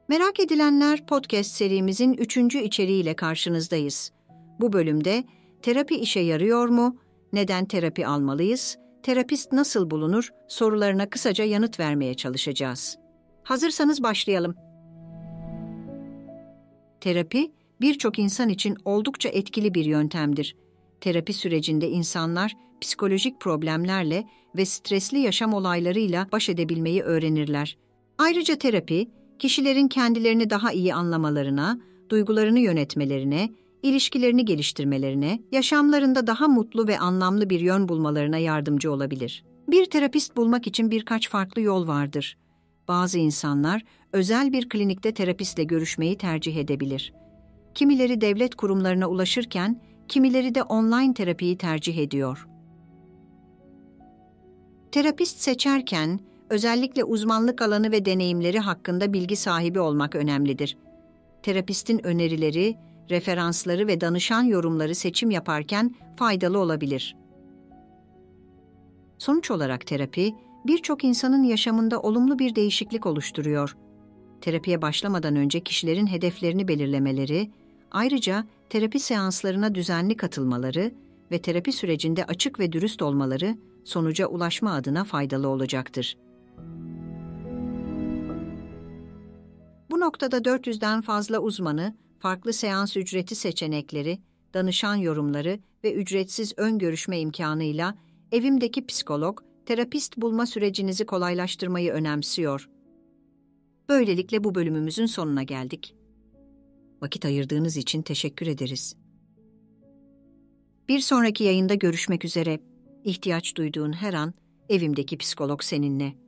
Merak edilenler podcast serimizin 3. içeriğiyle karşınızdayız. Bu bölümde terapi işe yarıyor mu? Neden terapi almalıyız? Terapist nasıl bulunur? Sorularına kısaca yanıt vermeye çalışacağız. Hazırsanız başlayalım. Terapi, birçok insan için oldukça etkili bir yöntemdir. Terapi sürecinde insanlar psikolojik problemlerle ve stresli yaşam olaylarıyla baş edebilmeyi öğrenirler. Ayrıca terapi, kişilerin kendilerini daha iyi anlamalarına, duygularını yönetmelerine, ilişkilerini geliştirmelerine, yaşamlarında daha mutlu ve anlamlı bir yön bulmalarına yardımcı olabilir. Bir terapist bulmak için birkaç farklı yol vardır. Bazı insanlar özel bir klinikte terapistle görüşmeyi tercih edebilir. Kimileri devlet kurumlarına ulaşırken, kimileri de online terapiyi tercih ediyor. Terapist seçerken, özellikle uzmanlık alanı ve deneyimleri hakkında bilgi sahibi olmak önemlidir. Terapistin önerileri, referansları ve danışan yorumları seçim yaparken faydalı olabilir. Sonuç olarak terapi, birçok insanın yaşamında olumlu bir değişiklik oluşturuyor. Terapiye başlamadan önce kişilerin hedeflerini belirlemeleri, ayrıca terapi seanslarına düzenli katılmaları ve terapi sürecinde açık ve dürüst olmaları sonuca ulaşma adına faydalı olacaktır. Bu noktada 400'den fazla uzmanı, farklı seans ücreti seçenekleri, danışan yorumları ve ücretsiz ön görüşme imkanıyla evimdeki psikolog, terapist bulma sürecinizi kolaylaştırmayı önemsiyor. Böylelikle bu bölümümüzün sonuna geldik. Vakit ayırdığınız için teşekkür ederiz. Bir sonraki yayında görüşmek üzere. İhtiyaç duyduğun her an evimdeki psikolog seninle.